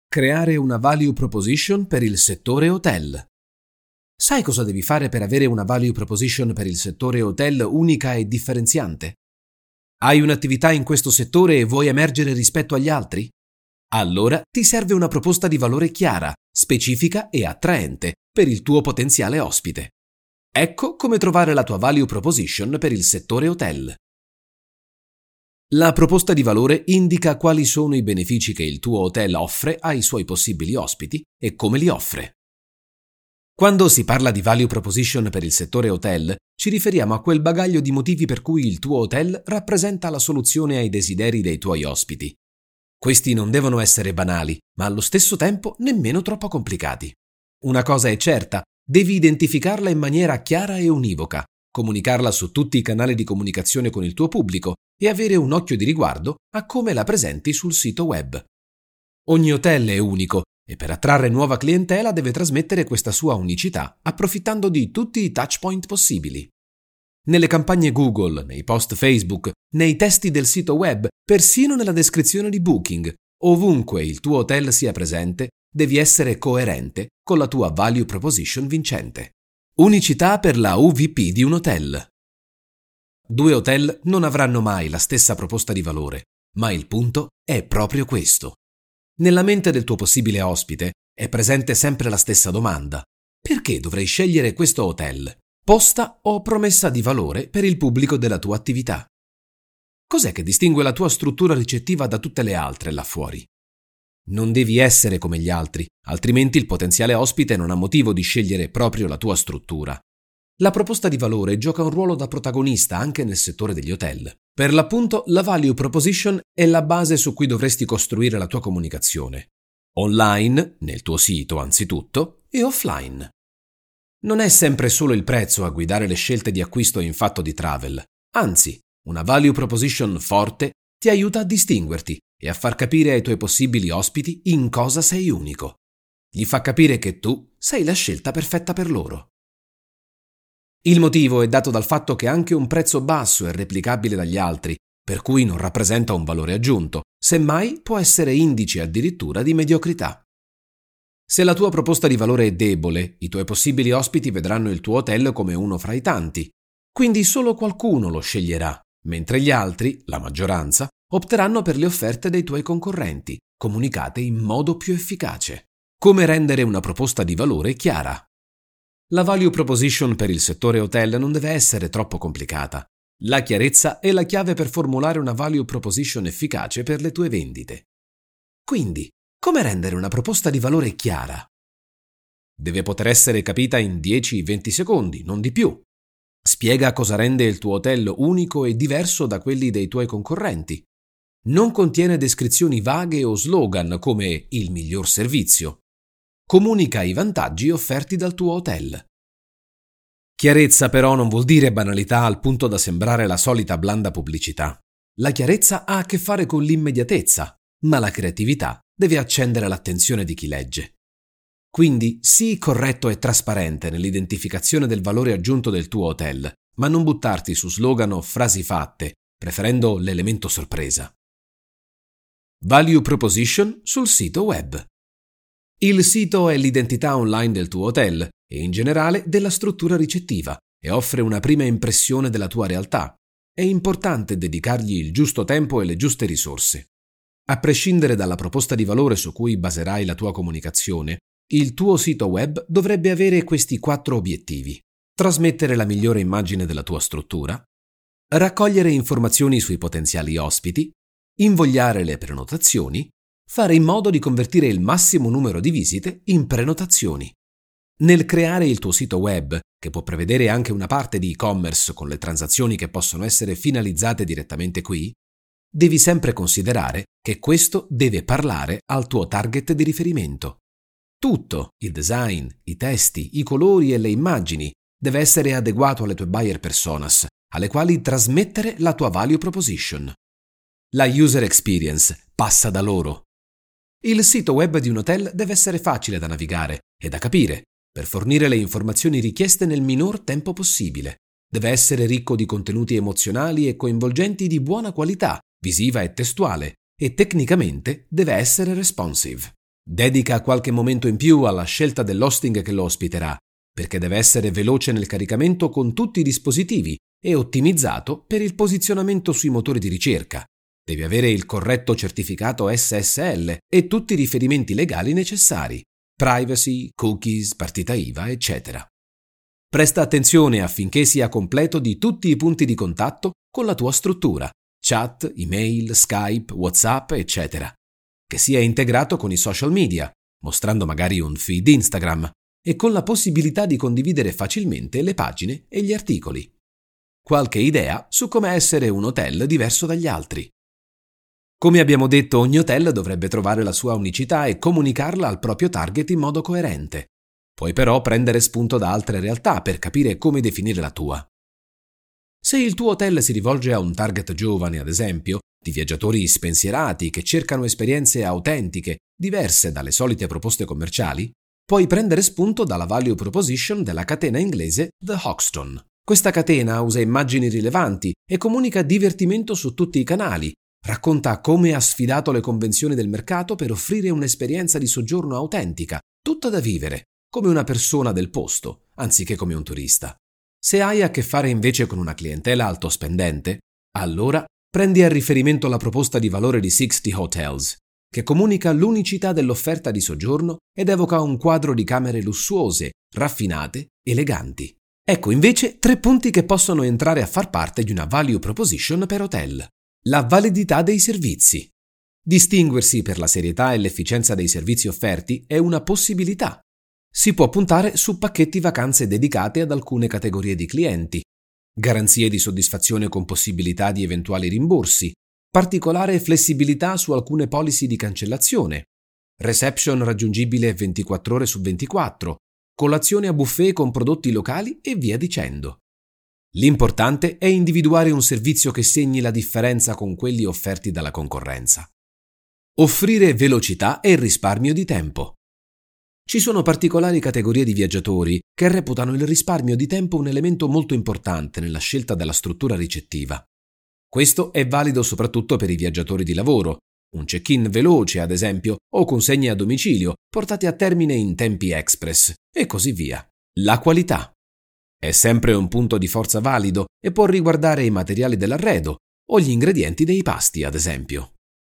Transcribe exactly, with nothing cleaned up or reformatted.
Creare una value proposition per il settore hotel. Sai cosa devi fare per avere una value proposition per il settore hotel unica e differenziante? Hai un'attività in questo settore e vuoi emergere rispetto agli altri? Allora ti serve una proposta di valore chiara, specifica e attraente per il tuo potenziale ospite. Ecco come trovare la tua value proposition per il settore hotel. La proposta di valore indica quali sono i benefici che il tuo hotel offre ai suoi possibili ospiti e come li offre. Quando si parla di value proposition per il settore hotel, ci riferiamo a quel bagaglio di motivi per cui il tuo hotel rappresenta la soluzione ai desideri dei tuoi ospiti. Questi non devono essere banali, ma allo stesso tempo nemmeno troppo complicati. Una cosa è certa, devi identificarla in maniera chiara e univoca, comunicarla su tutti i canali di comunicazione con il tuo pubblico e avere un occhio di riguardo a come la presenti sul sito web. Ogni hotel è unico e per attrarre nuova clientela deve trasmettere questa sua unicità approfittando di tutti i touchpoint possibili. Nelle campagne Google, nei post Facebook, nei testi del sito web, persino nella descrizione di Booking, ovunque il tuo hotel sia presente, devi essere coerente con la tua value proposition vincente. Unicità per la U V P di un hotel. Due hotel non avranno mai la stessa proposta di valore, ma il punto è proprio questo. Nella mente del tuo possibile ospite è presente sempre la stessa domanda: perché dovrei scegliere questo hotel? Posta o promessa di valore per il pubblico della tua attività? Cos'è che distingue la tua struttura ricettiva da tutte le altre là fuori? Non devi essere come gli altri, altrimenti il potenziale ospite non ha motivo di scegliere proprio la tua struttura. La proposta di valore gioca un ruolo da protagonista anche nel settore degli hotel. Per l'appunto, la value proposition è la base su cui dovresti costruire la tua comunicazione. Online, nel tuo sito anzitutto, e offline. Non è sempre solo il prezzo a guidare le scelte di acquisto in fatto di travel. Anzi, una value proposition forte ti aiuta a distinguerti e a far capire ai tuoi possibili ospiti in cosa sei unico. Gli fa capire che tu sei la scelta perfetta per loro. Il motivo è dato dal fatto che anche un prezzo basso è replicabile dagli altri, per cui non rappresenta un valore aggiunto, semmai può essere indice addirittura di mediocrità. Se la tua proposta di valore è debole, i tuoi possibili ospiti vedranno il tuo hotel come uno fra i tanti, quindi solo qualcuno lo sceglierà, mentre gli altri, la maggioranza, opteranno per le offerte dei tuoi concorrenti, comunicate in modo più efficace. Come rendere una proposta di valore chiara? La value proposition per il settore hotel non deve essere troppo complicata. La chiarezza è la chiave per formulare una value proposition efficace per le tue vendite. Quindi, come rendere una proposta di valore chiara? Deve poter essere capita in dieci venti secondi, non di più. Spiega cosa rende il tuo hotel unico e diverso da quelli dei tuoi concorrenti. Non contiene descrizioni vaghe o slogan come il miglior servizio. Comunica i vantaggi offerti dal tuo hotel. Chiarezza però non vuol dire banalità al punto da sembrare la solita blanda pubblicità. La chiarezza ha a che fare con l'immediatezza, ma la creatività deve accendere l'attenzione di chi legge. Quindi sii corretto e trasparente nell'identificazione del valore aggiunto del tuo hotel, ma non buttarti su slogan o frasi fatte, preferendo l'elemento sorpresa. Value proposition sul sito web. Il sito è l'identità online del tuo hotel e in generale della struttura ricettiva e offre una prima impressione della tua realtà. È importante dedicargli il giusto tempo e le giuste risorse. A prescindere dalla proposta di valore su cui baserai la tua comunicazione, il tuo sito web dovrebbe avere questi quattro obiettivi: trasmettere la migliore immagine della tua struttura, raccogliere informazioni sui potenziali ospiti, invogliare le prenotazioni, fare in modo di convertire il massimo numero di visite in prenotazioni. Nel creare il tuo sito web, che può prevedere anche una parte di e-commerce con le transazioni che possono essere finalizzate direttamente qui, devi sempre considerare che questo deve parlare al tuo target di riferimento. Tutto, il design, i testi, i colori e le immagini, deve essere adeguato alle tue buyer personas, alle quali trasmettere la tua value proposition. La user experience passa da loro. Il sito web di un hotel deve essere facile da navigare e da capire, per fornire le informazioni richieste nel minor tempo possibile. Deve essere ricco di contenuti emozionali e coinvolgenti di buona qualità, visiva e testuale, e tecnicamente deve essere responsive. Dedica qualche momento in più alla scelta dell'hosting che lo ospiterà, perché deve essere veloce nel caricamento con tutti i dispositivi e ottimizzato per il posizionamento sui motori di ricerca. Devi avere il corretto certificato S S L e tutti i riferimenti legali necessari, privacy, cookies, partita I V A, eccetera. Presta attenzione affinché sia completo di tutti i punti di contatto con la tua struttura, chat, email, Skype, WhatsApp, eccetera. Che sia integrato con i social media, mostrando magari un feed Instagram, e con la possibilità di condividere facilmente le pagine e gli articoli. Qualche idea su come essere un hotel diverso dagli altri. Come abbiamo detto, ogni hotel dovrebbe trovare la sua unicità e comunicarla al proprio target in modo coerente. Puoi però prendere spunto da altre realtà per capire come definire la tua. Se il tuo hotel si rivolge a un target giovane, ad esempio, di viaggiatori spensierati che cercano esperienze autentiche, diverse dalle solite proposte commerciali, puoi prendere spunto dalla value proposition della catena inglese The Hoxton. Questa catena usa immagini rilevanti e comunica divertimento su tutti i canali. Racconta come ha sfidato le convenzioni del mercato per offrire un'esperienza di soggiorno autentica, tutta da vivere, come una persona del posto, anziché come un turista. Se hai a che fare invece con una clientela alto spendente, allora prendi a riferimento la proposta di valore di sessanta Hotels, che comunica l'unicità dell'offerta di soggiorno ed evoca un quadro di camere lussuose, raffinate, eleganti. Ecco invece tre punti che possono entrare a far parte di una value proposition per hotel. La validità dei servizi. Distinguersi per la serietà e l'efficienza dei servizi offerti è una possibilità. Si può puntare su pacchetti vacanze dedicate ad alcune categorie di clienti, garanzie di soddisfazione con possibilità di eventuali rimborsi, particolare flessibilità su alcune policy di cancellazione, reception raggiungibile ventiquattro ore su ventiquattro, colazione a buffet con prodotti locali e via dicendo. L'importante è individuare un servizio che segni la differenza con quelli offerti dalla concorrenza. Offrire velocità e risparmio di tempo. Ci sono particolari categorie di viaggiatori che reputano il risparmio di tempo un elemento molto importante nella scelta della struttura ricettiva. Questo è valido soprattutto per i viaggiatori di lavoro, un check-in veloce ad esempio o consegne a domicilio portate a termine in tempi express e così via. La qualità. È sempre un punto di forza valido e può riguardare i materiali dell'arredo o gli ingredienti dei pasti, ad esempio.